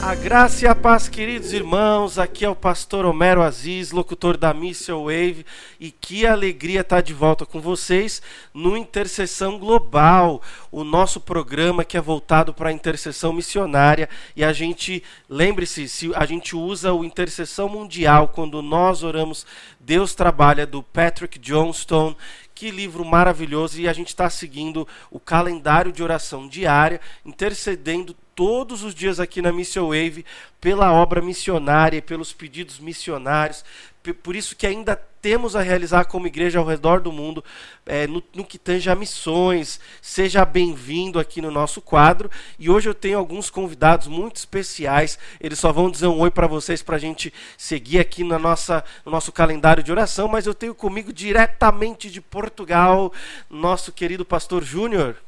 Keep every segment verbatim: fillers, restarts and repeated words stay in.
A graça e a paz, queridos irmãos, aqui é o pastor Homero Aziz, locutor da Mission Wave, e que alegria estar de volta com vocês no Intercessão Global, o nosso programa que é voltado para a intercessão missionária, e a gente, lembre-se, se a gente usa o Intercessão Mundial, quando nós oramos, Deus trabalha, do Patrick Johnstone. Que livro maravilhoso, e a gente está seguindo o calendário de oração diária, intercedendo todos os dias aqui na Mission Wave pela obra missionária e pelos pedidos missionários. Por isso que ainda temos a realizar como igreja ao redor do mundo, é, no, no que tange a missões. Seja bem-vindo aqui no nosso quadro. E hoje eu tenho alguns convidados muito especiais. Eles só vão dizer um oi para vocês, para a gente seguir aqui na nossa, no nosso calendário de oração. Mas eu tenho comigo diretamente de Portugal, nosso querido pastor Júnior.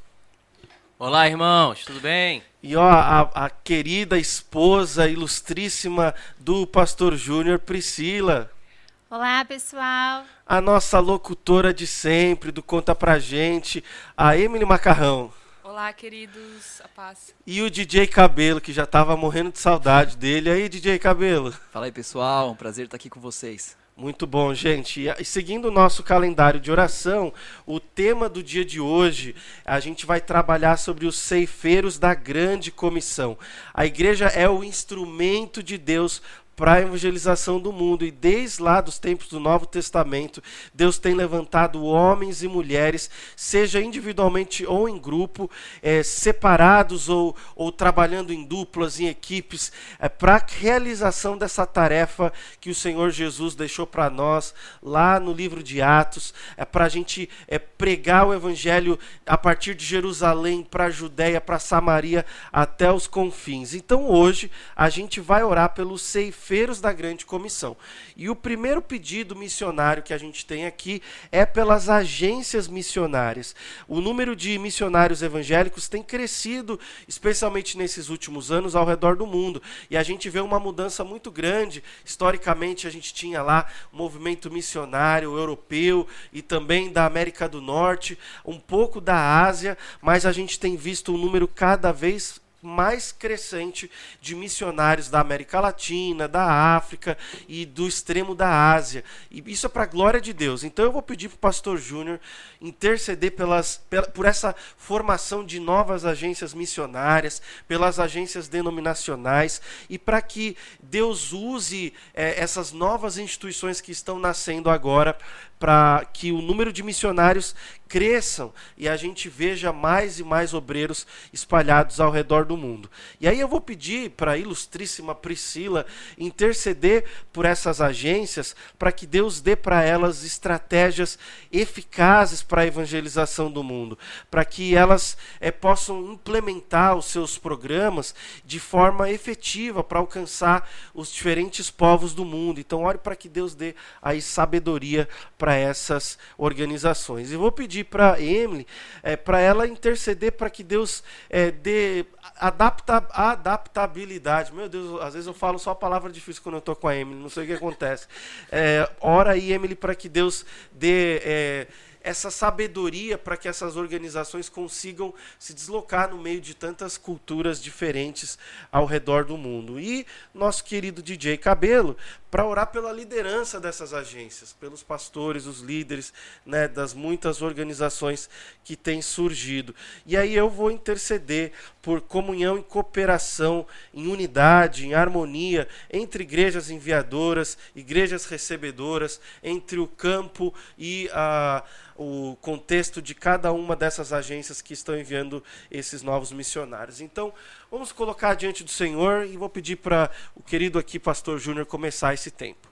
Olá, irmãos, tudo bem? E ó, a, a querida esposa ilustríssima do pastor Júnior, Priscila. Olá, pessoal. A nossa locutora de sempre, do Conta Pra Gente, a Emily Macarrão. Olá, queridos, a paz. E o D J Cabelo, que já estava morrendo de saudade dele. Aí, D J Cabelo. Fala aí, pessoal, um prazer estar aqui com vocês. Muito bom, gente. E seguindo o nosso calendário de oração, o tema do dia de hoje, a gente vai trabalhar sobre os ceifeiros da grande comissão. A igreja é o instrumento de Deus para a evangelização do mundo, e desde lá dos tempos do Novo Testamento, Deus tem levantado homens e mulheres, seja individualmente ou em grupo, é, separados ou, ou trabalhando em duplas, em equipes, é, para a realização dessa tarefa que o Senhor Jesus deixou para nós lá no livro de Atos, é, para a gente é, pregar o evangelho a partir de Jerusalém, para a Judéia, para Samaria, até os confins. Então hoje a gente vai orar pelos ceifeiros da grande comissão. E o primeiro pedido missionário que a gente tem aqui é pelas agências missionárias. O número de missionários evangélicos tem crescido, especialmente nesses últimos anos, ao redor do mundo. E a gente vê uma mudança muito grande. Historicamente, a gente tinha lá o movimento missionário europeu e também da América do Norte, um pouco da Ásia, mas a gente tem visto um número cada vez mais crescente de missionários da América Latina, da África e do extremo da Ásia. E isso é para a glória de Deus. Então eu vou pedir para o pastor Júnior interceder pelas, pela, por essa formação de novas agências missionárias, pelas agências denominacionais, e para que Deus use é, essas novas instituições que estão nascendo agora, para que o número de missionários cresçam e a gente veja mais e mais obreiros espalhados ao redor do mundo. E aí eu vou pedir para a ilustríssima Priscila interceder por essas agências, para que Deus dê para elas estratégias eficazes para a evangelização do mundo, para que elas é, possam implementar os seus programas de forma efetiva para alcançar os diferentes povos do mundo. Então ore para que Deus dê aí sabedoria para essas organizações. E vou pedir para a Emily, é, para ela interceder para que Deus é, dê adapta, adaptabilidade. Meu Deus, às vezes eu falo só a palavra difícil quando eu estou com a Emily, não sei o que acontece. É, ora aí, Emily, para que Deus dê é, essa sabedoria para que essas organizações consigam se deslocar no meio de tantas culturas diferentes ao redor do mundo. E nosso querido D J Cabelo, para orar pela liderança dessas agências, pelos pastores, os líderes, né, das muitas organizações que têm surgido. E aí eu vou interceder por comunhão e cooperação, em unidade, em harmonia, entre igrejas enviadoras, igrejas recebedoras, entre o campo e a o contexto de cada uma dessas agências que estão enviando esses novos missionários. Então, vamos colocar diante do Senhor e vou pedir para o querido aqui, pastor Júnior, começar esse tempo.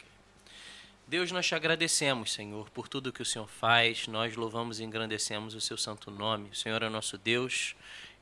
Deus, nós te agradecemos, Senhor, por tudo que o Senhor faz. Nós louvamos e engrandecemos o seu santo nome. O Senhor é nosso Deus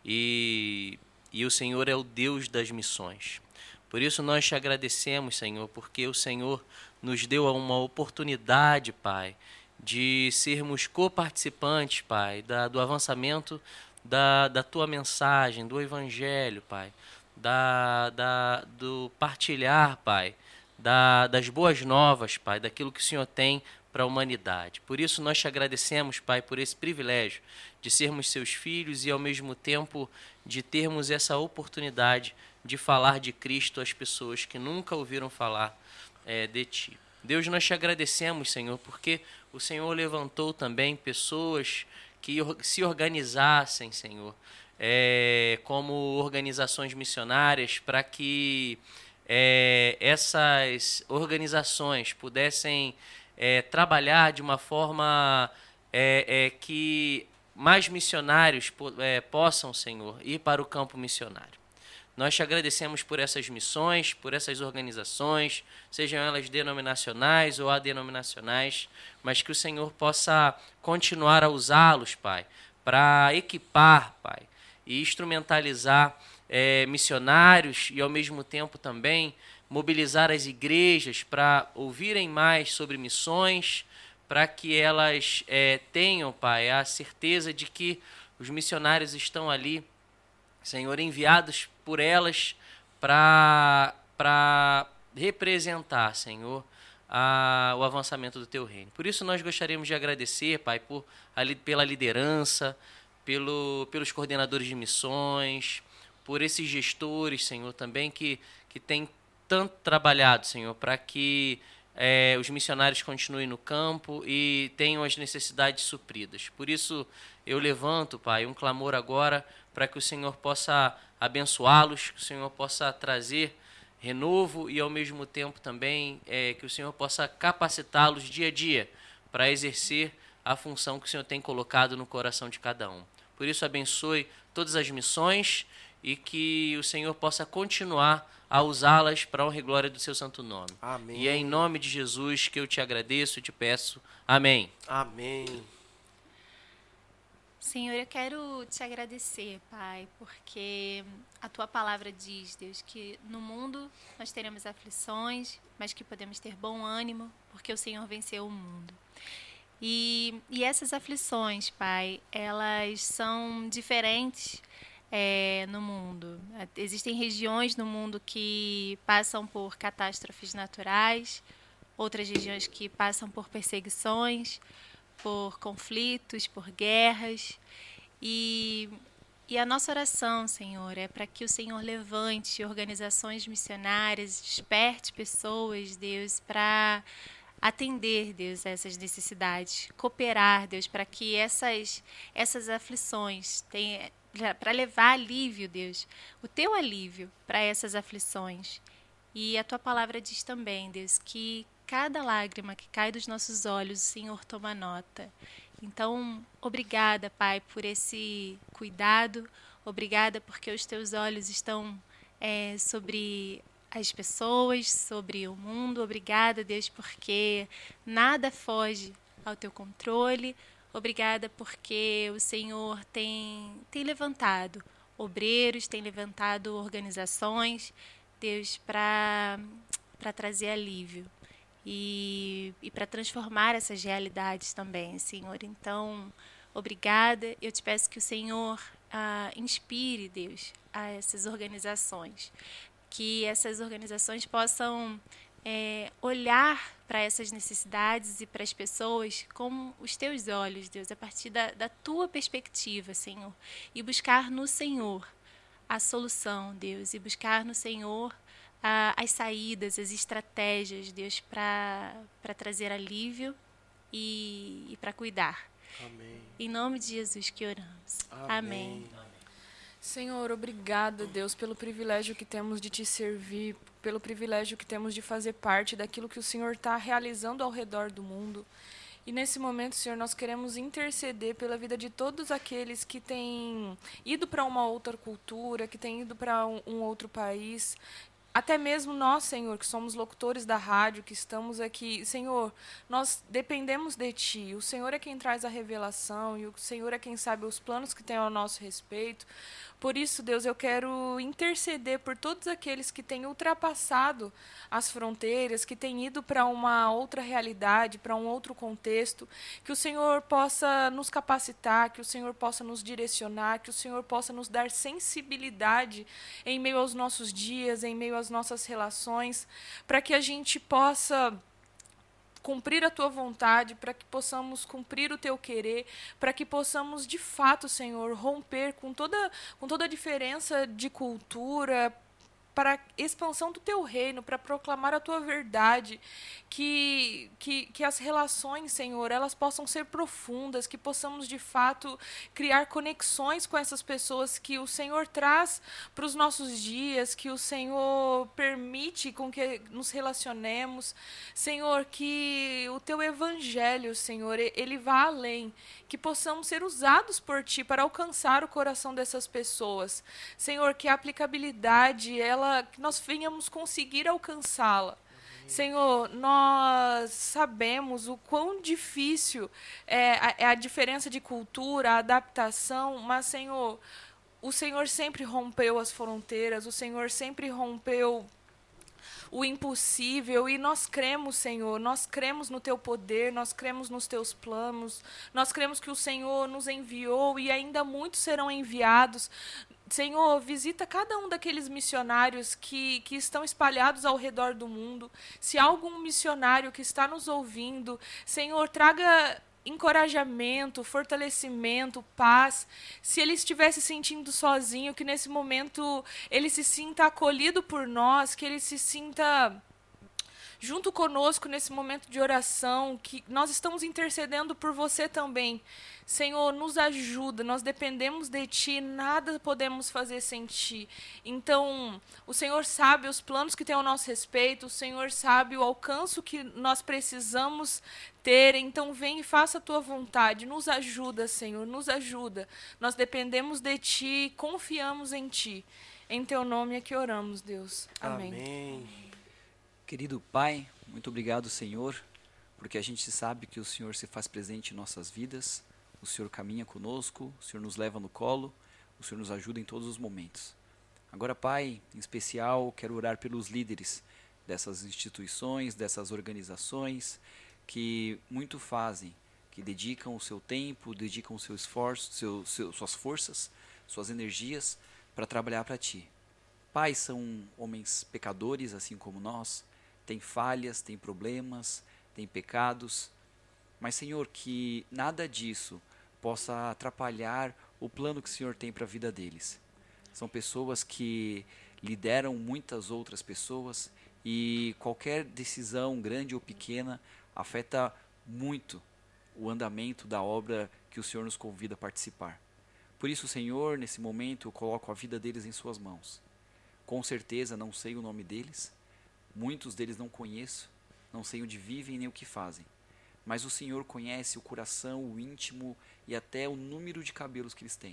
e, e o Senhor é o Deus das missões. Por isso nós te agradecemos, Senhor, porque o Senhor nos deu uma oportunidade, Pai, de sermos coparticipantes, Pai, da, do avançamento da, da Tua mensagem, do Evangelho, Pai, da, da, do partilhar, Pai, da, das boas novas, Pai, daquilo que o Senhor tem para a humanidade. Por isso nós te agradecemos, Pai, por esse privilégio de sermos Seus filhos e, ao mesmo tempo, de termos essa oportunidade de falar de Cristo às pessoas que nunca ouviram falar é, de Ti. Deus, nós te agradecemos, Senhor, porque o Senhor levantou também pessoas que se organizassem, Senhor, é, como organizações missionárias, para que é, essas organizações pudessem é, trabalhar de uma forma é, é, que mais missionários é, possam, Senhor, ir para o campo missionário. Nós te agradecemos por essas missões, por essas organizações, sejam elas denominacionais ou adenominacionais, mas que o Senhor possa continuar a usá-los, Pai, para equipar, Pai, e instrumentalizar é, missionários e, ao mesmo tempo, também mobilizar as igrejas para ouvirem mais sobre missões, para que elas é, tenham, Pai, a certeza de que os missionários estão ali, Senhor, enviados por elas para para representar, Senhor, a, o avançamento do Teu reino. Por isso nós gostaríamos de agradecer, Pai, por, a, pela liderança, pelo, pelos coordenadores de missões, por esses gestores, Senhor, também que, que têm tanto trabalhado, Senhor, para que é, os missionários continuem no campo e tenham as necessidades supridas. Por isso eu levanto, Pai, um clamor agora para que o Senhor possa abençoá-los, que o Senhor possa trazer renovo e, ao mesmo tempo, também é, que o Senhor possa capacitá-los dia a dia para exercer a função que o Senhor tem colocado no coração de cada um. Por isso, abençoe todas as missões e que o Senhor possa continuar a usá-las para a honra e glória do seu santo nome. Amém. E é em nome de Jesus que eu te agradeço e te peço. Amém. Amém. Senhor, eu quero te agradecer, Pai, porque a Tua palavra diz, Deus, que no mundo nós teremos aflições, mas que podemos ter bom ânimo, porque o Senhor venceu o mundo. E, e essas aflições, Pai, elas são diferentes é, no mundo. Existem regiões no mundo que passam por catástrofes naturais, outras regiões que passam por perseguições, por conflitos, por guerras, e, e a nossa oração, Senhor, é para que o Senhor levante organizações missionárias, desperte pessoas, Deus, para atender, Deus, a essas necessidades, cooperar, Deus, para que essas, essas aflições tenham, para levar alívio, Deus, o Teu alívio para essas aflições. E a Tua palavra diz também, Deus, que cada lágrima que cai dos nossos olhos, o Senhor toma nota. Então, obrigada, Pai, por esse cuidado. Obrigada porque os Teus olhos estão é, sobre as pessoas, sobre o mundo. Obrigada, Deus, porque nada foge ao Teu controle. Obrigada porque o Senhor tem, tem levantado obreiros, tem levantado organizações, Deus, para para trazer alívio. E, e para transformar essas realidades também, Senhor. Então, obrigada. Eu te peço que o Senhor ah, inspire, Deus, a essas organizações. Que essas organizações possam é, olhar para essas necessidades e para as pessoas com os Teus olhos, Deus, a partir da, da Tua perspectiva, Senhor. E buscar no Senhor a solução, Deus. E buscar no Senhor as saídas, as estratégias, Deus, para para trazer alívio e, e para cuidar. Amém. Em nome de Jesus que oramos. Amém. Amém. Senhor, obrigada, Deus, pelo privilégio que temos de Te servir, pelo privilégio que temos de fazer parte daquilo que o Senhor está realizando ao redor do mundo. E nesse momento, Senhor, nós queremos interceder pela vida de todos aqueles que têm ido para uma outra cultura, que têm ido para um, um outro país. Até mesmo nós, Senhor, que somos locutores da rádio, que estamos aqui, Senhor, nós dependemos de Ti. O Senhor é quem traz a revelação e o Senhor é quem sabe os planos que tem ao nosso respeito. Por isso, Deus, eu quero interceder por todos aqueles que têm ultrapassado as fronteiras, que têm ido para uma outra realidade, para um outro contexto, que o Senhor possa nos capacitar, que o Senhor possa nos direcionar, que o Senhor possa nos dar sensibilidade em meio aos nossos dias, em meio às nossas relações, para que a gente possa cumprir a Tua vontade, para que possamos cumprir o Teu querer, para que possamos, de fato, Senhor, romper com toda, com toda a diferença de cultura, para a expansão do teu reino, para proclamar a tua verdade, que, que, que as relações, Senhor, elas possam ser profundas, que possamos de fato criar conexões com essas pessoas que o Senhor traz para os nossos dias, que o Senhor permite com que nos relacionemos. Senhor, que o teu evangelho, Senhor, ele vá além, que possamos ser usados por ti para alcançar o coração dessas pessoas. Senhor, que a aplicabilidade, ela, que nós venhamos conseguir alcançá-la. Senhor, nós sabemos o quão difícil é a, é a diferença de cultura, a adaptação, mas, Senhor, o Senhor sempre rompeu as fronteiras, o Senhor sempre rompeu o impossível, e nós cremos, Senhor, nós cremos no teu poder, nós cremos nos teus planos, nós cremos que o Senhor nos enviou e ainda muitos serão enviados. Senhor, visita cada um daqueles missionários que, que estão espalhados ao redor do mundo. Se há algum missionário que está nos ouvindo, Senhor, traga encorajamento, fortalecimento, paz. Se ele estivesse se sentindo sozinho, que nesse momento ele se sinta acolhido por nós, que ele se sinta junto conosco nesse momento de oração, que nós estamos intercedendo por você também. Senhor, nos ajuda, nós dependemos de Ti, nada podemos fazer sem Ti. Então, o Senhor sabe os planos que tem ao nosso respeito, o Senhor sabe o alcance que nós precisamos ter, então vem e faça a Tua vontade, nos ajuda, Senhor, nos ajuda. Nós dependemos de Ti, confiamos em Ti. Em Teu nome é que oramos, Deus. Amém. Amém. Querido Pai, muito obrigado, Senhor, porque a gente sabe que o Senhor se faz presente em nossas vidas, o Senhor caminha conosco, o Senhor nos leva no colo, o Senhor nos ajuda em todos os momentos. Agora, Pai, em especial, quero orar pelos líderes dessas instituições, dessas organizações, que muito fazem, que dedicam o seu tempo, dedicam o seu esforço, seu, seu, suas forças, suas energias para trabalhar para Ti. Pai, são homens pecadores, assim como nós, têm falhas, têm problemas, têm pecados, mas, Senhor, que nada disso possa atrapalhar o plano que o Senhor tem para a vida deles. São pessoas que lideram muitas outras pessoas e qualquer decisão, grande ou pequena, afeta muito o andamento da obra que o Senhor nos convida a participar. Por isso, Senhor, nesse momento eu coloco a vida deles em suas mãos. Com certeza não sei o nome deles, muitos deles não conheço, não sei onde vivem nem o que fazem. Mas o Senhor conhece o coração, o íntimo e até o número de cabelos que eles têm.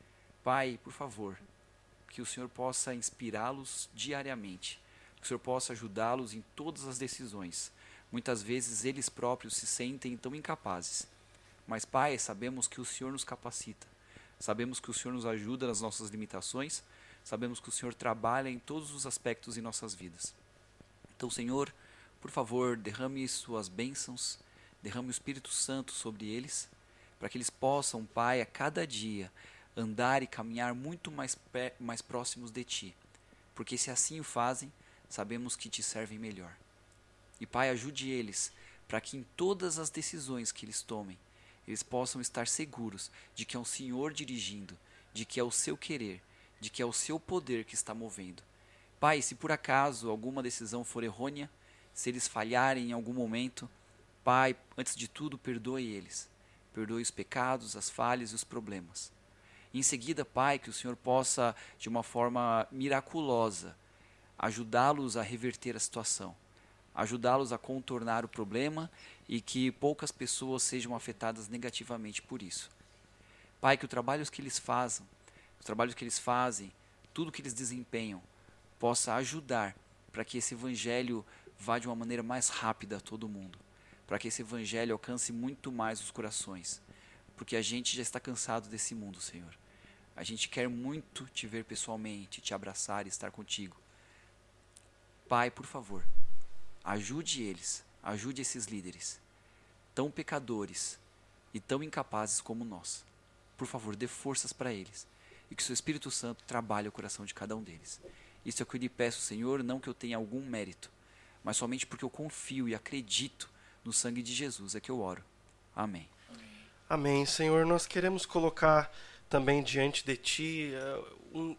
Pai, por favor, que o Senhor possa inspirá-los diariamente, que o Senhor possa ajudá-los em todas as decisões. Muitas vezes eles próprios se sentem tão incapazes. Mas, Pai, sabemos que o Senhor nos capacita, sabemos que o Senhor nos ajuda nas nossas limitações, sabemos que o Senhor trabalha em todos os aspectos em nossas vidas. Então, Senhor, por favor, derrame suas bênçãos, derrame o Espírito Santo sobre eles, para que eles possam, Pai, a cada dia andar e caminhar muito mais, pé, mais próximos de Ti. Porque se assim o fazem, sabemos que Te servem melhor. E, Pai, ajude eles, para que em todas as decisões que eles tomem, eles possam estar seguros de que é o Senhor dirigindo, de que é o Seu querer, de que é o Seu poder que está movendo. Pai, se por acaso alguma decisão for errônea, se eles falharem em algum momento, Pai, antes de tudo, perdoe eles. Perdoe os pecados, as falhas e os problemas. Em seguida, Pai, que o Senhor possa, de uma forma miraculosa, ajudá-los a reverter a situação, ajudá-los a contornar o problema e que poucas pessoas sejam afetadas negativamente por isso. Pai, que o trabalho que eles fazem, os trabalhos que eles fazem, tudo que eles desempenham, possa ajudar para que esse evangelho vá de uma maneira mais rápida a todo mundo, para que esse evangelho alcance muito mais os corações, porque a gente já está cansado desse mundo, Senhor. A gente quer muito Te ver pessoalmente, Te abraçar e estar contigo. Pai, por favor, ajude eles, ajude esses líderes, tão pecadores e tão incapazes como nós. Por favor, dê forças para eles e que o Seu Espírito Santo trabalhe o coração de cada um deles. Isso é o que eu lhe peço, Senhor, não que eu tenha algum mérito, mas somente porque eu confio e acredito no sangue de Jesus é que eu oro. Amém. Amém. Senhor, nós queremos colocar também diante de Ti uh, um,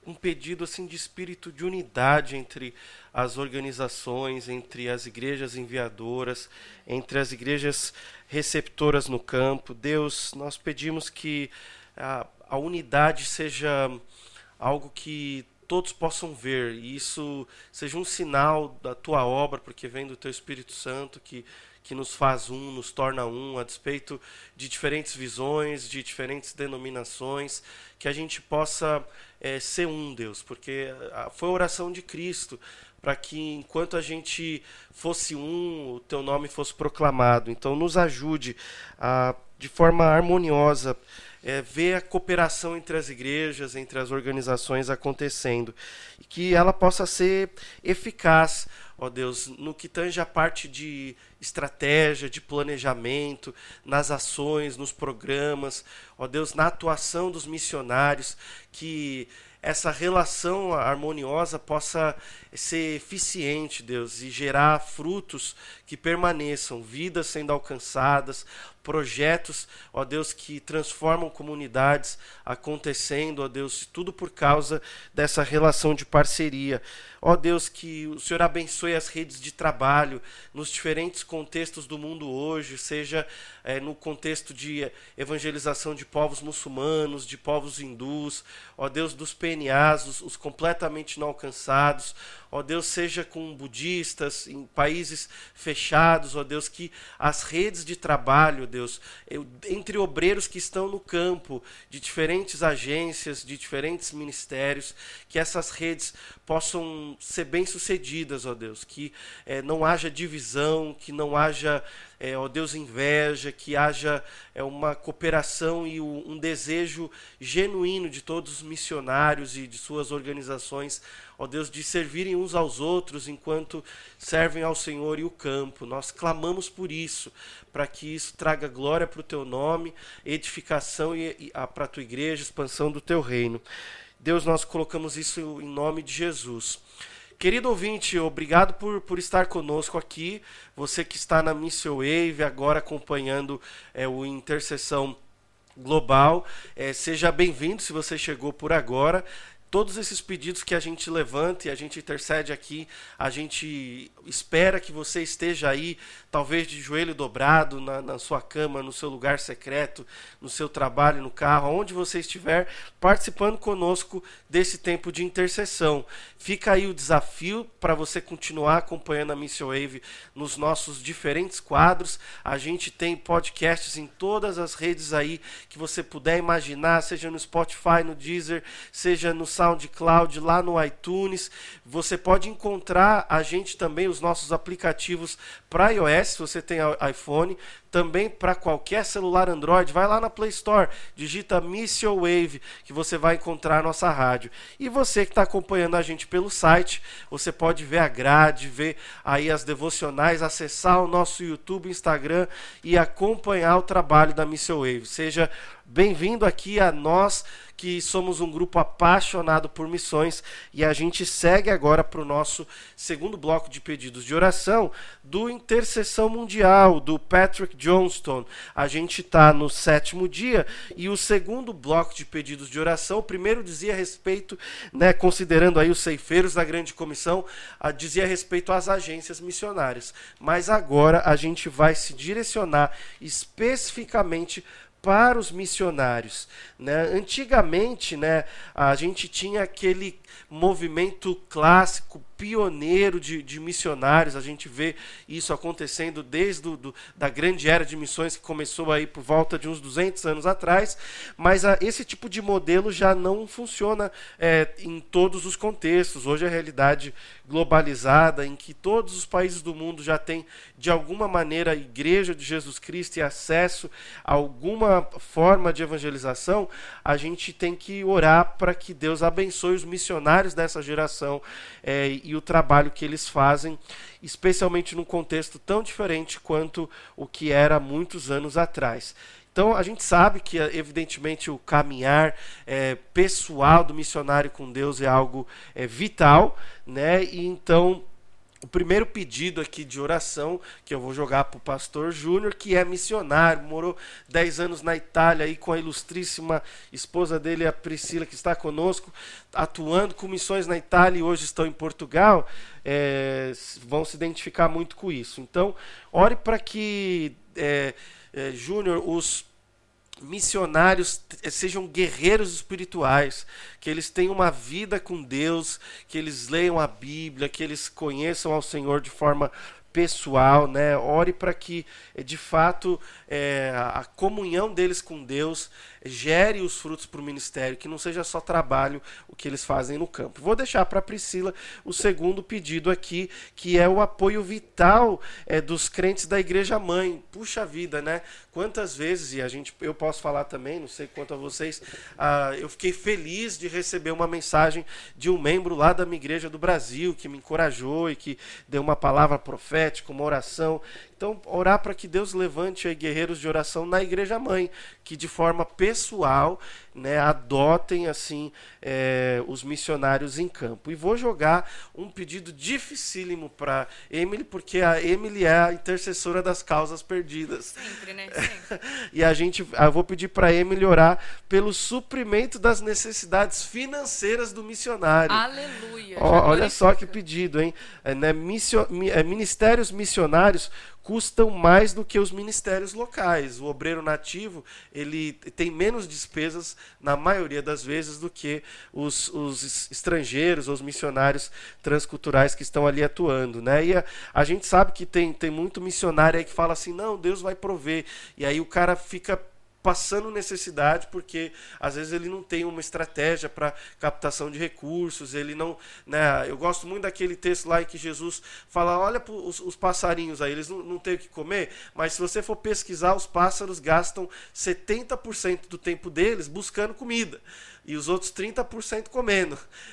um pedido assim de espírito de unidade entre as organizações, entre as igrejas enviadoras, entre as igrejas receptoras no campo. Deus, nós pedimos que a, a unidade seja algo que todos possam ver, e isso seja um sinal da tua obra, porque vem do teu Espírito Santo, que, que nos faz um, nos torna um, a despeito de diferentes visões, de diferentes denominações, que a gente possa é, ser um, Deus, porque foi a oração de Cristo, para que enquanto a gente fosse um, o teu nome fosse proclamado. Então nos ajude a, de forma harmoniosa, É, ver a cooperação entre as igrejas, entre as organizações acontecendo, e que ela possa ser eficaz, ó Deus, no que tange a parte de estratégia, de planejamento, nas ações, nos programas, ó Deus, na atuação dos missionários, que essa relação harmoniosa possa ser eficiente, Deus, e gerar frutos que permaneçam, vidas sendo alcançadas, projetos, ó Deus, que transformam comunidades acontecendo, ó Deus, tudo por causa dessa relação de parceria. Ó Deus, que o Senhor abençoe as redes de trabalho nos diferentes contextos do mundo hoje, seja é, no contexto de evangelização de povos muçulmanos, de povos hindus, ó Deus, dos P N As, os, os completamente não alcançados, ó Deus, seja com budistas, em países fechados, ó Deus, que as redes de trabalho, Deus, eu, entre obreiros que estão no campo, de diferentes agências, de diferentes ministérios, que essas redes possam ser bem-sucedidas, ó Deus, que é, não haja divisão, que não haja, é, ó Deus, inveja, que haja é, uma cooperação e um, um desejo genuíno de todos os missionários e de suas organizações, ó Deus, de servirem uns aos outros enquanto servem ao Senhor e o campo. Nós clamamos por isso, para que isso traga glória para o teu nome, edificação e, e para a tua igreja, expansão do teu reino. Deus, nós colocamos isso em nome de Jesus. Querido ouvinte, obrigado por, por estar conosco aqui. Você que está na Missio Wave, agora acompanhando é, o Intercessão Global, é, seja bem-vindo se você chegou por agora. Todos esses pedidos que a gente levanta e a gente intercede aqui, a gente espera que você esteja aí, talvez de joelho dobrado, na, na sua cama, no seu lugar secreto, no seu trabalho, no carro, onde você estiver, participando conosco desse tempo de intercessão. Fica aí o desafio para você continuar acompanhando a Missio Wave nos nossos diferentes quadros. A gente tem podcasts em todas as redes aí que você puder imaginar, seja no Spotify, no Deezer, seja no SoundCloud, lá no iTunes. Você pode encontrar a gente também, os nossos aplicativos para iOS, se você tem iPhone, também para qualquer celular Android. Vai lá na Play Store, digita Missio Wave, que você vai encontrar a nossa rádio. E você que está acompanhando a gente pelo site, você pode ver a grade, ver aí as devocionais, acessar o nosso YouTube, Instagram e acompanhar o trabalho da Missio Wave. Seja bem-vindo aqui a nós, que somos um grupo apaixonado por missões, e a gente segue agora para o nosso segundo bloco de pedidos de oração do Intercessão Mundial, do Patrick Johnston. A gente está no sétimo dia, e o segundo bloco de pedidos de oração, o primeiro dizia respeito, né, considerando aí os ceifeiros da grande comissão, a, dizia respeito às agências missionárias. Mas agora a gente vai se direcionar especificamente para os missionários, né? Antigamente, né, a gente tinha aquele movimento clássico, pioneiro de, de missionários. A gente vê isso acontecendo desde do, do, da grande era de missões, que começou aí por volta de uns duzentos anos atrás, mas a, esse tipo de modelo já não funciona é, em todos os contextos. Hoje a realidade globalizada, em que todos os países do mundo já têm, de alguma maneira, a Igreja de Jesus Cristo e acesso a alguma forma de evangelização, a gente tem que orar para que Deus abençoe os missionários dessa geração é, e o trabalho que eles fazem, especialmente num contexto tão diferente quanto o que era há muitos anos atrás. Então, a gente sabe que, evidentemente, o caminhar é, pessoal do missionário com Deus é algo é, vital, né? E então o primeiro pedido aqui de oração que eu vou jogar para o pastor Júnior, que é missionário, morou dez anos na Itália aí com a ilustríssima esposa dele, a Priscila, que está conosco, atuando com missões na Itália e hoje estão em Portugal, é, vão se identificar muito com isso. Então, ore para que, é, é, Júnior, os missionários sejam guerreiros espirituais, que eles tenham uma vida com Deus, que eles leiam a Bíblia, que eles conheçam ao Senhor de forma pessoal, né? Ore para que, de fato, é, a comunhão deles com Deus gere os frutos para o ministério, que não seja só trabalho o que eles fazem no campo. Vou deixar para a Priscila o segundo pedido aqui, que é o apoio vital é, dos crentes da Igreja Mãe. Puxa vida, né? Quantas vezes, e a gente, eu posso falar também, não sei quanto a vocês, ah, eu fiquei feliz de receber uma mensagem de um membro lá da minha igreja do Brasil, que me encorajou e que deu uma palavra profética, uma oração. Então, orar para que Deus levante aí guerreiros de oração na Igreja Mãe, que de forma pessoal, né, adotem assim é, os missionários em campo. E vou jogar um pedido dificílimo para Emily, porque a Emily é a intercessora das causas perdidas. Sempre, né? Sempre. E a gente, eu vou pedir para Emily orar pelo suprimento das necessidades financeiras do missionário. Aleluia. Ó, olha só que pedido, hein? É, né, missio, é, ministérios missionários custam mais do que os ministérios locais. O obreiro nativo, ele tem menos despesas, na maioria das vezes, do que os, os estrangeiros, os missionários transculturais que estão ali atuando, né? E a, a gente sabe que tem, tem muito missionário aí que fala assim, não, Deus vai prover. E aí o cara fica passando necessidade, porque às vezes ele não tem uma estratégia para captação de recursos, ele não, né, eu gosto muito daquele texto lá em que Jesus fala, olha para os, os passarinhos aí, eles não, não têm o que comer, mas se você for pesquisar, os pássaros gastam setenta por cento do tempo deles buscando comida, e os outros trinta por cento comendo.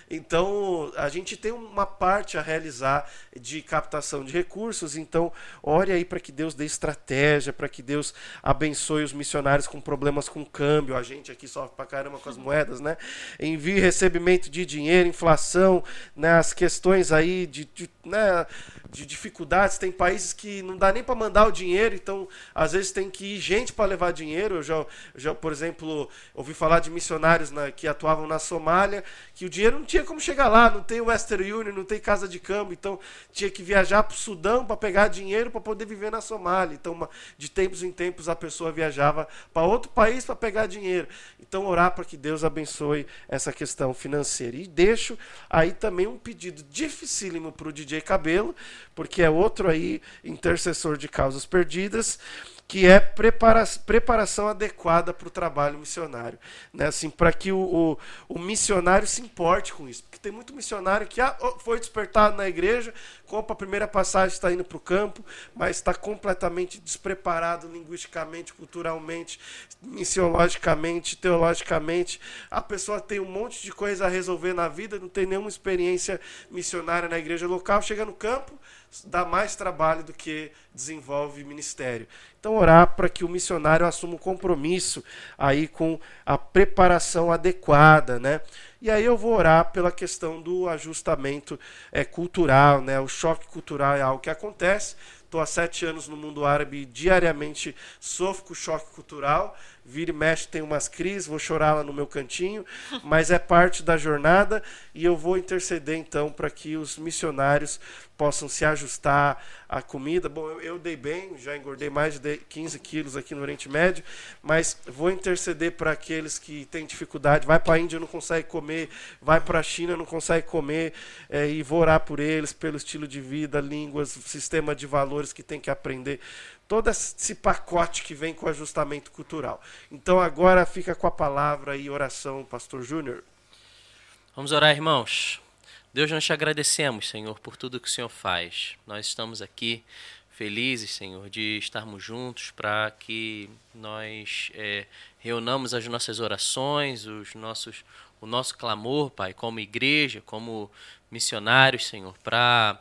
Então, a gente tem uma parte a realizar de captação de recursos, então, ore aí para que Deus dê estratégia, para que Deus abençoe os missionários com problemas com câmbio, a gente aqui sofre pra caramba com as moedas, né? Envio e recebimento de dinheiro, inflação, né? As questões aí de, de, né? de dificuldades, tem países que não dá nem para mandar o dinheiro, então, às vezes tem que ir gente para levar dinheiro. Eu já, eu já, por exemplo, ouvi falar de missionários na, que atuavam na Somália, que o dinheiro não tinha como chegar lá, não tem Western Union, não tem casa de câmbio, então tinha que viajar para o Sudão para pegar dinheiro para poder viver na Somália. Então, uma, de tempos em tempos, a pessoa viajava para outro país para pegar dinheiro. Então, orar para que Deus abençoe essa questão financeira. E deixo aí também um pedido dificílimo para o D J Cabelo, porque é outro aí intercessor de causas perdidas, que é prepara preparação adequada para o trabalho missionário, né? Assim, para que o, o, o missionário se importe com isso. Porque tem muito missionário que ah, foi despertado na igreja, compra a primeira passagem, está indo para o campo, mas está completamente despreparado linguisticamente, culturalmente, missiologicamente, teologicamente. A pessoa tem um monte de coisa a resolver na vida, não tem nenhuma experiência missionária na igreja local, chega no campo, dá mais trabalho do que desenvolve ministério. Então, orar para que o missionário assuma um compromisso aí com a preparação adequada, né? E aí eu vou orar pela questão do ajustamento é, cultural, né? O choque cultural é algo que acontece. Estou há sete anos no mundo árabe e diariamente sofro com choque cultural. Vira e mexe, tem umas crises, vou chorar lá no meu cantinho, mas é parte da jornada e eu vou interceder então para que os missionários possam se ajustar à comida. Bom, eu, eu dei bem, já engordei mais de quinze quilos aqui no Oriente Médio, mas vou interceder para aqueles que têm dificuldade, vai para a Índia, não consegue comer, vai para a China, não consegue comer, é, e vou orar por eles, pelo estilo de vida, línguas, sistema de valores que tem que aprender. Todo esse pacote que vem com ajustamento cultural. Então agora fica com a palavra e oração, Pastor Júnior. Vamos orar, irmãos. Deus, nós te agradecemos, Senhor, por tudo que o Senhor faz. Nós estamos aqui felizes, Senhor, de estarmos juntos para que nós é, reunamos as nossas orações, os nossos, o nosso clamor, Pai, como igreja, como missionários, Senhor, para...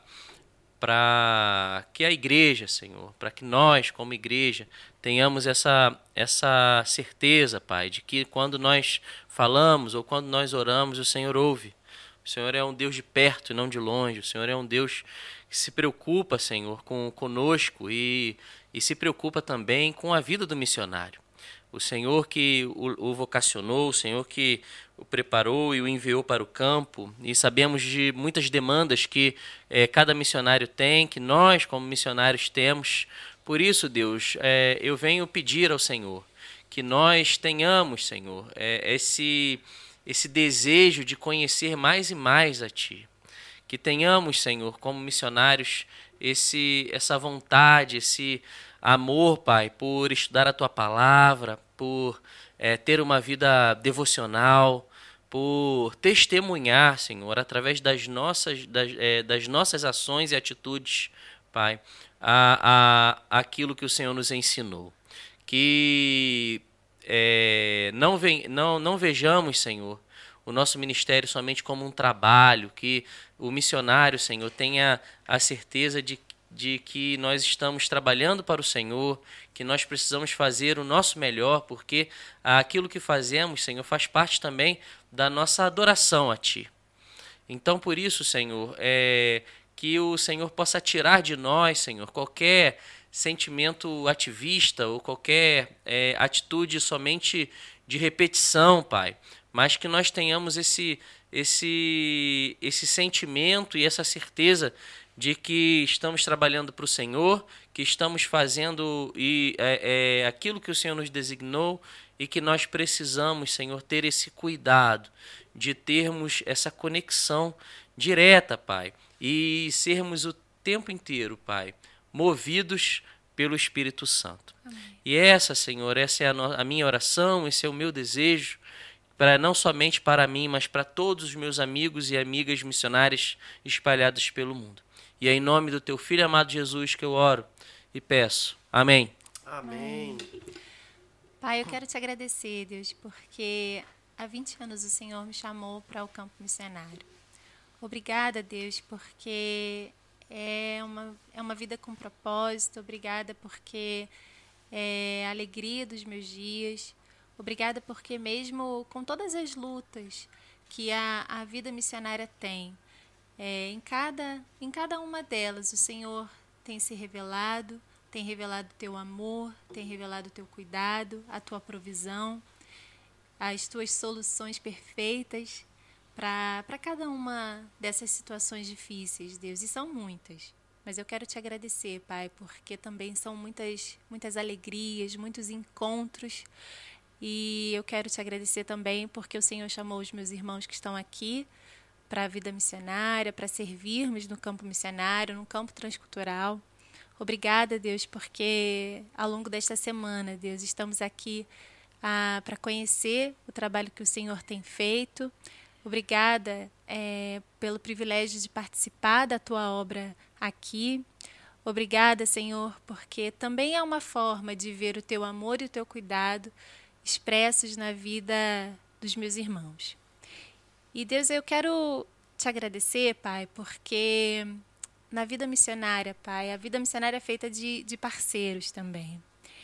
para que a igreja, Senhor, para que nós, como igreja, tenhamos essa, essa certeza, Pai, de que quando nós falamos ou quando nós oramos, o Senhor ouve. O Senhor é um Deus de perto e não de longe. O Senhor é um Deus que se preocupa, Senhor, com conosco e, e se preocupa também com a vida do missionário. O Senhor que o, o vocacionou, o Senhor que o preparou e o enviou para o campo, e sabemos de muitas demandas que é, cada missionário tem, que nós como missionários temos. Por isso, Deus, é, eu venho pedir ao Senhor que nós tenhamos, Senhor, é, esse, esse desejo de conhecer mais e mais a Ti. Que tenhamos, Senhor, como missionários, esse, essa vontade, esse amor, Pai, por estudar a Tua Palavra, por é, ter uma vida devocional, por testemunhar, Senhor, através das nossas, das, é, das nossas ações e atitudes, Pai, a, a, aquilo que o Senhor nos ensinou. Que é, não, ve, não, não vejamos, Senhor, o nosso ministério somente como um trabalho, que o missionário, Senhor, tenha a certeza de, de que nós estamos trabalhando para o Senhor, que nós precisamos fazer o nosso melhor, porque aquilo que fazemos, Senhor, faz parte também da nossa adoração a Ti. Então, por isso, Senhor, é, que o Senhor possa tirar de nós, Senhor, qualquer sentimento ativista ou qualquer é, atitude somente de repetição, Pai, mas que nós tenhamos esse, esse, esse sentimento e essa certeza de que estamos trabalhando para o Senhor, que estamos fazendo e, é, é, aquilo que o Senhor nos designou e que nós precisamos, Senhor, ter esse cuidado de termos essa conexão direta, Pai, e sermos o tempo inteiro, Pai, movidos pelo Espírito Santo. Amém. E essa, Senhor, essa é a, no, a minha oração, esse é o meu desejo, para não somente para mim, mas para todos os meus amigos e amigas missionárias espalhados pelo mundo. E é em nome do Teu Filho amado Jesus que eu oro e peço. Amém. Amém. Pai, eu quero Te agradecer, Deus, porque há vinte anos o Senhor me chamou para o campo missionário. Obrigada, Deus, porque é uma, é uma vida com propósito. Obrigada porque é a alegria dos meus dias. Obrigada porque mesmo com todas as lutas que a, a vida missionária tem, é, em, cada, em cada uma delas o Senhor tem se revelado, tem revelado o Teu amor, tem revelado o Teu cuidado, a Tua provisão, as Tuas soluções perfeitas para cada uma dessas situações difíceis, Deus, e são muitas. Mas eu quero Te agradecer, Pai, porque também são muitas, muitas alegrias, muitos encontros. E eu quero Te agradecer também porque o Senhor chamou os meus irmãos que estão aqui para a vida missionária, para servirmos no campo missionário, no campo transcultural. Obrigada, Deus, porque ao longo desta semana, Deus, estamos aqui ah, para conhecer o trabalho que o Senhor tem feito. Obrigada é, pelo privilégio de participar da Tua obra aqui. Obrigada, Senhor, porque também é uma forma de ver o Teu amor e o Teu cuidado expressos na vida dos meus irmãos. E, Deus, eu quero Te agradecer, Pai, porque na vida missionária, Pai, a vida missionária é feita de, de parceiros também.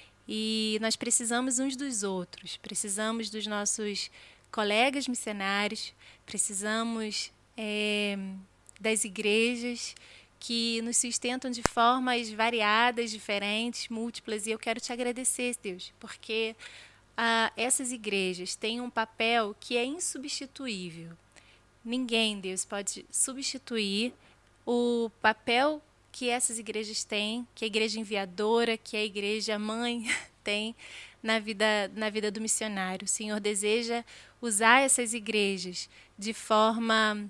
E nós precisamos uns dos outros, precisamos dos nossos colegas missionários, precisamos é, das igrejas que nos sustentam de formas variadas, diferentes, múltiplas. E eu quero Te agradecer, Deus, porque Ah, essas igrejas têm um papel que é insubstituível. Ninguém, Deus, pode substituir o papel que essas igrejas têm, que a igreja enviadora, que a igreja mãe tem na vida, na vida do missionário. O Senhor deseja usar essas igrejas de forma,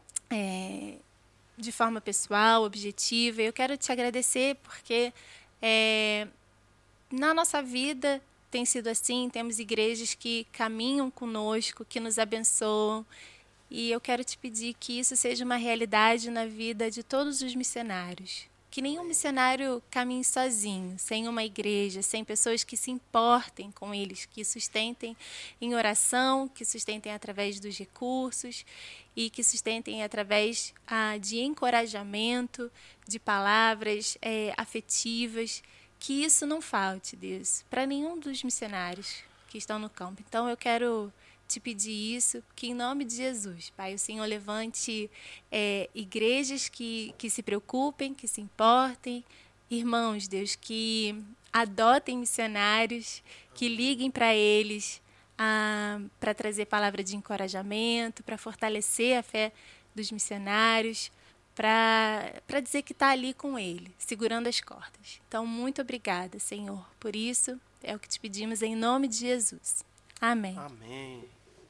é, de forma pessoal, objetiva. Eu quero Te agradecer porque é, na nossa vida tem sido assim, temos igrejas que caminham conosco, que nos abençoam, e eu quero Te pedir que isso seja uma realidade na vida de todos os missionários. Que nenhum missionário caminhe sozinho, sem uma igreja, sem pessoas que se importem com eles, que sustentem em oração, que sustentem através dos recursos e que sustentem através ah, de encorajamento, de palavras é, afetivas. Que isso não falte, Deus, para nenhum dos missionários que estão no campo. Então, eu quero te pedir isso, que em nome de Jesus, Pai, o Senhor levante é, igrejas que, que se preocupem, que se importem, irmãos, Deus, que adotem missionários, que liguem para eles, ah, para trazer palavra de encorajamento, para fortalecer a fé dos missionários, para dizer que está ali com ele, segurando as cordas. Então, muito obrigada, Senhor, por isso. É o que te pedimos em nome de Jesus. Amém. Amém.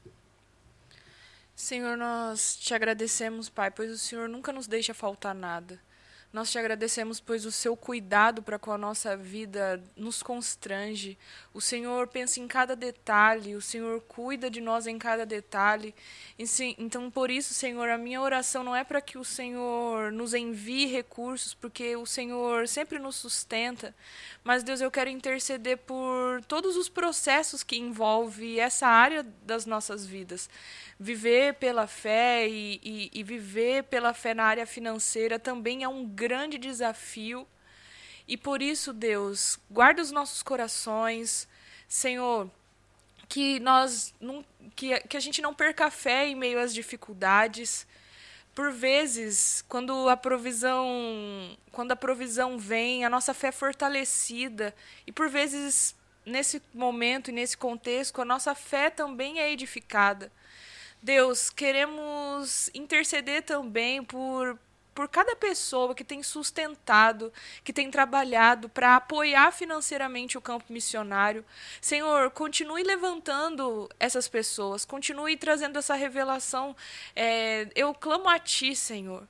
Senhor, nós te agradecemos, Pai, pois o Senhor nunca nos deixa faltar nada. Nós te agradecemos, pois o seu cuidado para com a nossa vida nos constrange. O Senhor pensa em cada detalhe, o Senhor cuida de nós em cada detalhe. E, sim, então, por isso, Senhor, a minha oração não é para que o Senhor nos envie recursos, porque o Senhor sempre nos sustenta. Mas, Deus, eu quero interceder por todos os processos que envolvem essa área das nossas vidas. Viver pela fé e, e, e viver pela fé na área financeira também é um grande desafio. E por isso, Deus, guarda os nossos corações, Senhor, que, nós não, que, que a gente não perca a fé em meio às dificuldades. Por vezes, quando a provisão, quando a provisão vem, a nossa fé é fortalecida. E por vezes, nesse momento e nesse contexto, a nossa fé também é edificada. Deus, queremos interceder também por, por cada pessoa que tem sustentado, que tem trabalhado para apoiar financeiramente o campo missionário. Senhor, continue levantando essas pessoas, continue trazendo essa revelação. É, eu clamo a Ti, Senhor.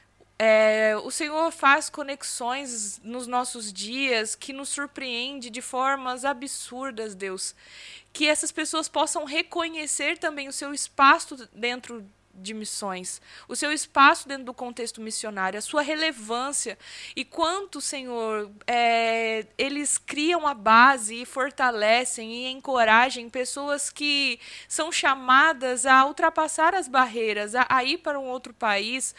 É, o Senhor faz conexões nos nossos dias que nos surpreende de formas absurdas, Deus. Que essas pessoas possam reconhecer também o seu espaço dentro de missões, o seu espaço dentro do contexto missionário, a sua relevância e quanto, Senhor, é, eles criam a base e fortalecem e encorajam pessoas que são chamadas a ultrapassar as barreiras, a, a ir para um outro país.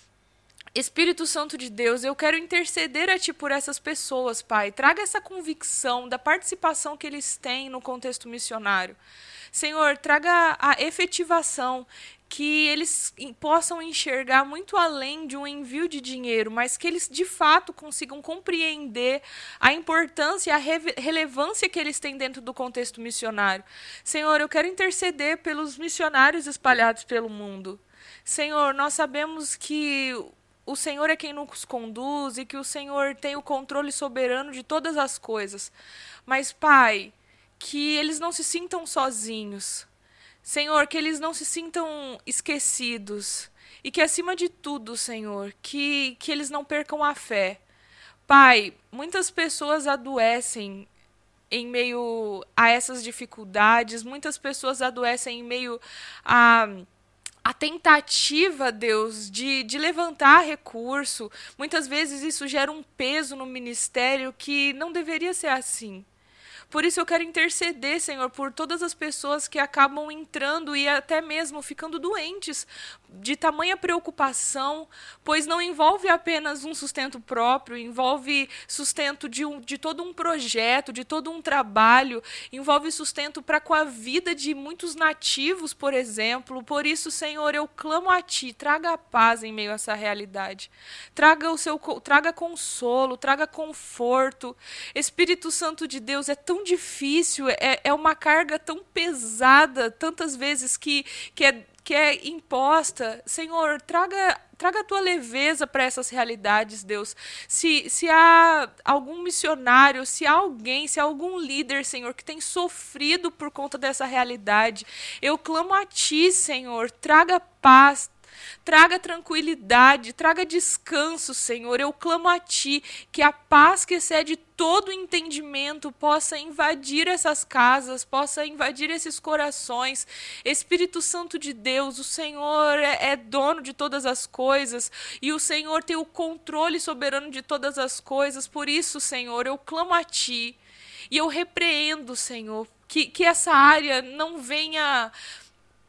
Espírito Santo de Deus, eu quero interceder a Ti por essas pessoas, Pai. Traga essa convicção da participação que eles têm no contexto missionário. Senhor, traga a efetivação, que eles possam enxergar muito além de um envio de dinheiro, mas que eles de fato consigam compreender a importância e a re- relevância que eles têm dentro do contexto missionário. Senhor, eu quero interceder pelos missionários espalhados pelo mundo. Senhor, nós sabemos que o Senhor é quem nos conduz e que o Senhor tem o controle soberano de todas as coisas. Mas, Pai, que eles não se sintam sozinhos. Senhor, que eles não se sintam esquecidos. E que, acima de tudo, Senhor, que, que eles não percam a fé. Pai, muitas pessoas adoecem em meio a essas dificuldades. Muitas pessoas adoecem em meio a... A tentativa, Deus, de, de levantar recurso, muitas vezes isso gera um peso no ministério que não deveria ser assim. Por isso eu quero interceder, Senhor, por todas as pessoas que acabam entrando e até mesmo ficando doentes de tamanha preocupação, pois não envolve apenas um sustento próprio, envolve sustento de, um, de todo um projeto, de todo um trabalho, envolve sustento para com a vida de muitos nativos, por exemplo. Por isso, Senhor, eu clamo a Ti, traga a paz em meio a essa realidade. Traga o seu, traga consolo, traga conforto. Espírito Santo de Deus, é tão difícil, é, é uma carga tão pesada, tantas vezes que, que é que é imposta. Senhor, traga, traga a Tua leveza para essas realidades, Deus. Se, se há algum missionário, se há alguém, se há algum líder, Senhor, que tem sofrido por conta dessa realidade, eu clamo a Ti, Senhor, traga paz, traga tranquilidade, traga descanso, Senhor. Eu clamo a Ti que a paz que excede todo entendimento possa invadir essas casas, possa invadir esses corações. Espírito Santo de Deus, o Senhor é, é dono de todas as coisas e o Senhor tem o controle soberano de todas as coisas. Por isso, Senhor, eu clamo a Ti e eu repreendo, Senhor, que, que essa área não venha...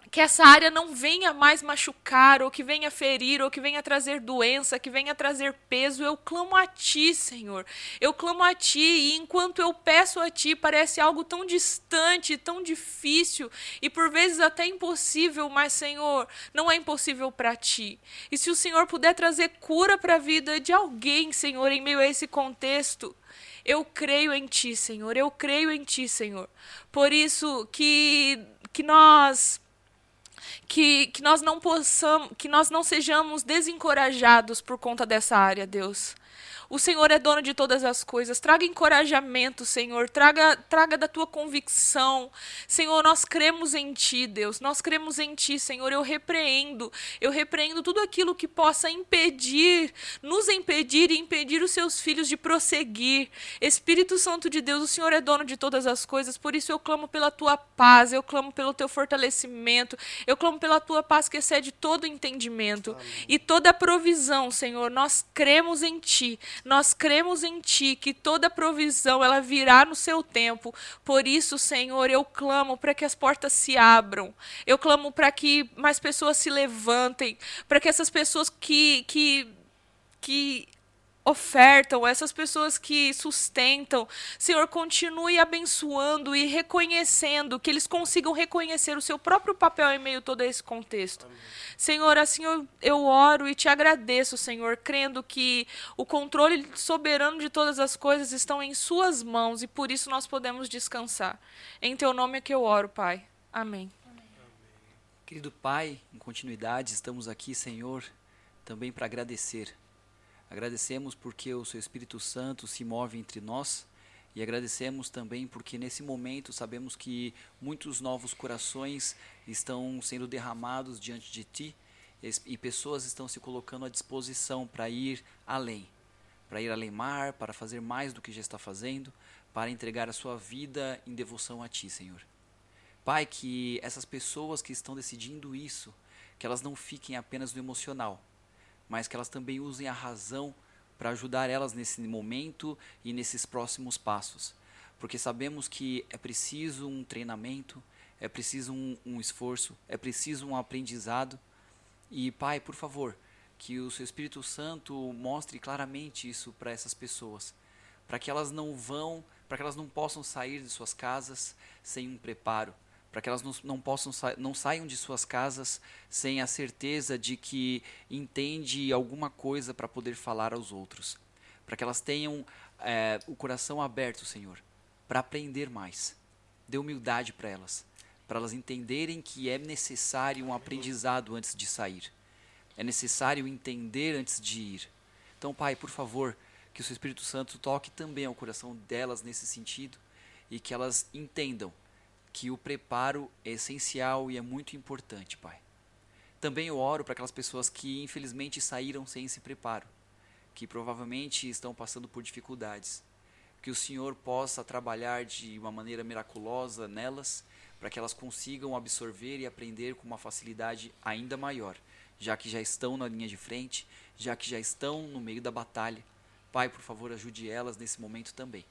que essa área não venha mais machucar, ou que venha ferir, ou que venha trazer doença, que venha trazer peso. Eu clamo a Ti, Senhor. Eu clamo a Ti, e enquanto eu peço a Ti, parece algo tão distante, tão difícil, e por vezes até impossível, mas, Senhor, não é impossível para Ti. E se o Senhor puder trazer cura para a vida de alguém, Senhor, em meio a esse contexto, eu creio em Ti, Senhor. Eu creio em Ti, Senhor. Por isso que, que nós... Que, que nós não possamos, que nós não sejamos desencorajados por conta dessa área, Deus. O Senhor é dono de todas as coisas. Traga encorajamento, Senhor. Traga, traga da Tua convicção. Senhor, nós cremos em Ti, Deus. Nós cremos em Ti, Senhor. Eu repreendo. Eu repreendo tudo aquilo que possa impedir, nos impedir e impedir os Seus filhos de prosseguir. Espírito Santo de Deus, o Senhor é dono de todas as coisas. Por isso eu clamo pela Tua paz. Eu clamo pelo Teu fortalecimento. Eu clamo pela Tua paz que excede todo entendimento. Amém. E toda provisão, Senhor. Nós cremos em Ti. Nós cremos em Ti, que toda provisão ela virá no seu tempo. Por isso, Senhor, eu clamo para que as portas se abram. Eu clamo para que mais pessoas se levantem, para que essas pessoas que, que, que ofertam, essas pessoas que sustentam, Senhor, continue abençoando e reconhecendo, que eles consigam reconhecer o seu próprio papel em meio a todo esse contexto. Amém. Senhor, assim eu, eu oro e Te agradeço, Senhor, crendo que o controle soberano de todas as coisas estão em Suas mãos e por isso nós podemos descansar. Em Teu nome é que eu oro, Pai. Amém. Amém. Querido Pai, em continuidade, estamos aqui, Senhor, também para agradecer. Agradecemos porque o Seu Espírito Santo se move entre nós e agradecemos também porque nesse momento sabemos que muitos novos corações estão sendo derramados diante de Ti e pessoas estão se colocando à disposição para ir além, para ir além mar, para fazer mais do que já está fazendo, para entregar a sua vida em devoção a Ti, Senhor. Pai, que essas pessoas que estão decidindo isso, que elas não fiquem apenas no emocional, mas que elas também usem a razão para ajudar elas nesse momento e nesses próximos passos. Porque sabemos que é preciso um treinamento, é preciso um, um esforço, é preciso um aprendizado. E, Pai, por favor, que o Seu Espírito Santo mostre claramente isso para essas pessoas, para que elas não vão, para que elas não possam sair de suas casas sem um preparo, para que elas não, não, possam sa- não saiam de suas casas sem a certeza de que entende alguma coisa para poder falar aos outros. Para que elas tenham é, o coração aberto, Senhor, para aprender mais. Dê humildade para elas, para elas entenderem que é necessário um aprendizado antes de sair. É necessário entender antes de ir. Então, Pai, por favor, que o Seu Espírito Santo toque também ao coração delas nesse sentido e que elas entendam que o preparo é essencial e é muito importante, Pai. Também eu oro para aquelas pessoas que infelizmente saíram sem esse preparo, que provavelmente estão passando por dificuldades. Que o Senhor possa trabalhar de uma maneira miraculosa nelas, para que elas consigam absorver e aprender com uma facilidade ainda maior, já que já estão na linha de frente, já que já estão no meio da batalha. Pai, por favor, ajude elas nesse momento também.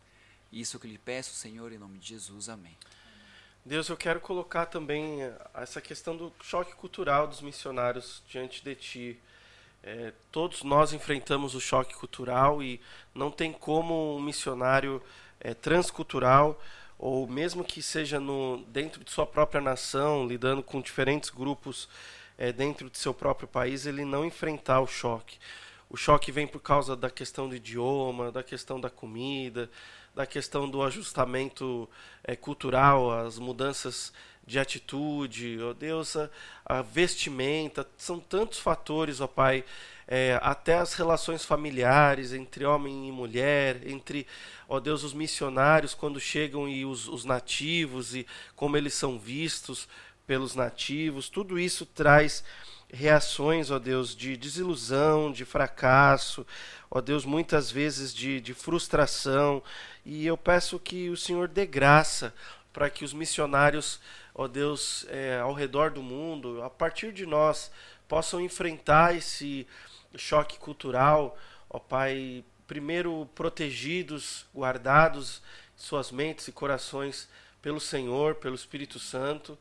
Isso que eu lhe peço, Senhor, em nome de Jesus. Amém. Deus, eu quero colocar também essa questão do choque cultural dos missionários diante de Ti. É, todos nós enfrentamos o choque cultural e não tem como um missionário é, transcultural, ou mesmo que seja no, dentro de sua própria nação, lidando com diferentes grupos é, dentro de seu próprio país, ele não enfrentar o choque. O choque vem por causa da questão do idioma, da questão da comida, da questão do ajustamento é, cultural, as mudanças de atitude, ó Deus, a, a vestimenta, são tantos fatores, ó Pai, é, até as relações familiares entre homem e mulher, entre, ó Deus, os missionários quando chegam e os, os nativos e como eles são vistos pelos nativos, tudo isso traz reações, ó Deus, de desilusão, de fracasso, ó Deus, muitas vezes de, de frustração, e eu peço que o Senhor dê graça para que os missionários, ó Deus, é, ao redor do mundo, a partir de nós, possam enfrentar esse choque cultural, ó Pai, primeiro protegidos, guardados em suas mentes e corações pelo Senhor, pelo Espírito Santo,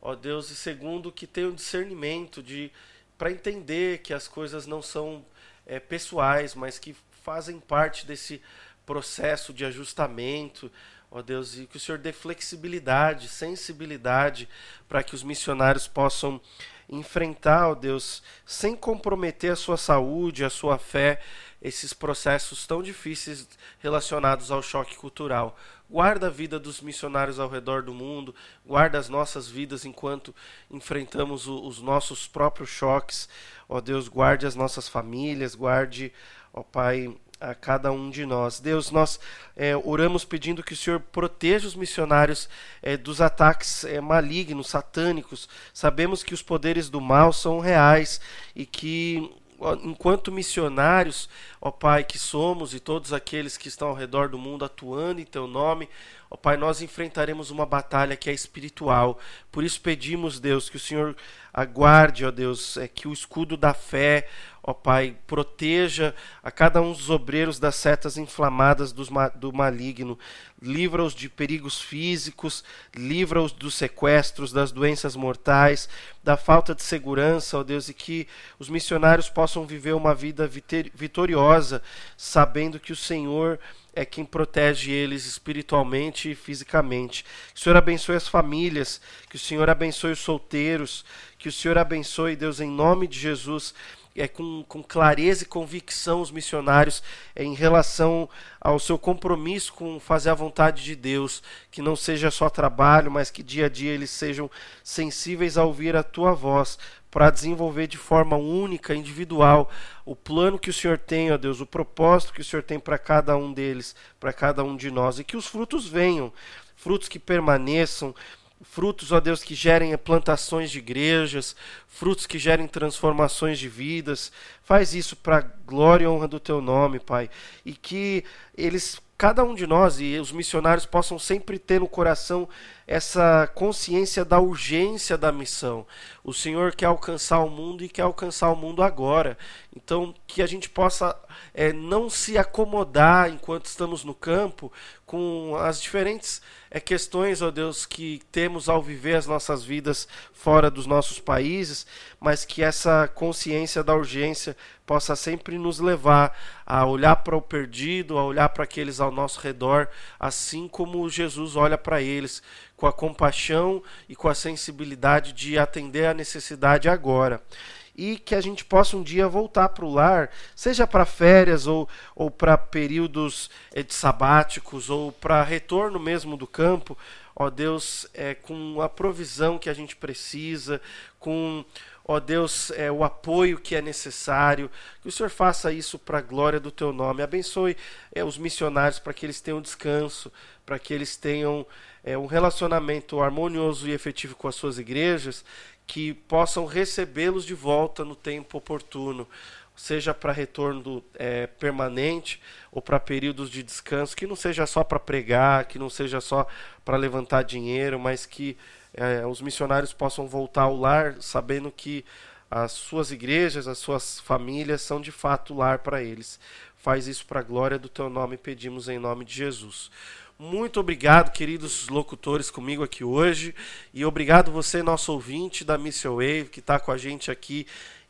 ó Deus, e segundo, que tenham discernimento de para entender que as coisas não são é, pessoais, mas que fazem parte desse processo de ajustamento, ó Deus, e que o Senhor dê flexibilidade, sensibilidade para que os missionários possam enfrentar, ó Deus, sem comprometer a sua saúde, a sua fé, esses processos tão difíceis relacionados ao choque cultural. Guarda a vida dos missionários ao redor do mundo, guarda as nossas vidas enquanto enfrentamos o, os nossos próprios choques. Ó Deus, guarde as nossas famílias, guarde, ó Pai, a cada um de nós. Deus, nós é, oramos pedindo que o Senhor proteja os missionários é, dos ataques é, malignos, satânicos. Sabemos que os poderes do mal são reais e que, enquanto missionários, ó Pai, que somos, e todos aqueles que estão ao redor do mundo atuando em Teu nome, ó Pai, nós enfrentaremos uma batalha que é espiritual. Por isso pedimos, Deus, que o Senhor aguarde, ó Deus, é, que o escudo da fé, ó Pai, proteja a cada um dos obreiros das setas inflamadas dos, do maligno. Livra-os de perigos físicos, livra-os dos sequestros, das doenças mortais, da falta de segurança, ó Deus, e que os missionários possam viver uma vida vitoriosa, sabendo que o Senhor é quem protege eles espiritualmente e fisicamente. Que o Senhor abençoe as famílias, que o Senhor abençoe os solteiros, que o Senhor abençoe, Deus, em nome de Jesus, é, com, com clareza e convicção os missionários é, em relação ao seu compromisso com fazer a vontade de Deus, que não seja só trabalho, mas que dia a dia eles sejam sensíveis a ouvir a Tua voz, para desenvolver de forma única, individual, o plano que o Senhor tem, ó Deus, o propósito que o Senhor tem para cada um deles, para cada um de nós, e que os frutos venham, frutos que permaneçam, frutos, ó Deus, que gerem plantações de igrejas, frutos que gerem transformações de vidas. Faz isso para a glória e honra do Teu nome, Pai, e que eles, cada um de nós e os missionários possam sempre ter no coração essa consciência da urgência da missão. O Senhor quer alcançar o mundo e quer alcançar o mundo agora. Então, que a gente possa é, não se acomodar enquanto estamos no campo com as diferentes é, questões, ó Deus, que temos ao viver as nossas vidas fora dos nossos países, mas que essa consciência da urgência possa sempre nos levar a olhar para o perdido, a olhar para aqueles ao nosso redor, assim como Jesus olha para eles, com a compaixão e com a sensibilidade de atender a necessidade agora. E que a gente possa um dia voltar para o lar, seja para férias ou, ou para períodos é, de sabáticos ou para retorno mesmo do campo, ó Deus, é, com a provisão que a gente precisa, com, ó Deus, é, o apoio que é necessário, que o Senhor faça isso para a glória do Teu nome. Abençoe é, os missionários para que eles tenham descanso, para que eles tenham é, um relacionamento harmonioso e efetivo com as suas igrejas, que possam recebê-los de volta no tempo oportuno, seja para retorno é, permanente ou para períodos de descanso, que não seja só para pregar, que não seja só para levantar dinheiro, mas que é, os missionários possam voltar ao lar sabendo que as suas igrejas, as suas famílias são de fato lar para eles. Faz isso para a glória do Teu nome, pedimos em nome de Jesus. Muito obrigado, queridos locutores, comigo aqui hoje, e obrigado você, nosso ouvinte da Mission Wave, que está com a gente aqui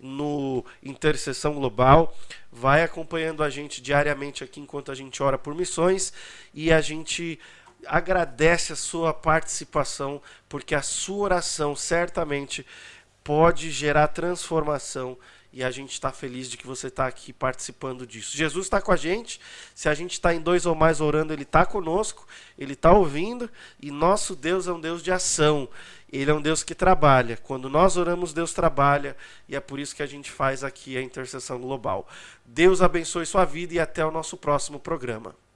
no Intercessão Global. Vai acompanhando a gente diariamente aqui enquanto a gente ora por missões, e a gente agradece a sua participação, porque a sua oração certamente pode gerar transformação, e a gente está feliz de que você está aqui participando disso. Jesus está com a gente, se a gente está em dois ou mais orando, Ele está conosco, Ele está ouvindo, e nosso Deus é um Deus de ação, Ele é um Deus que trabalha. Quando nós oramos, Deus trabalha, e é por isso que a gente faz aqui a Intercessão Global. Deus abençoe sua vida e até o nosso próximo programa.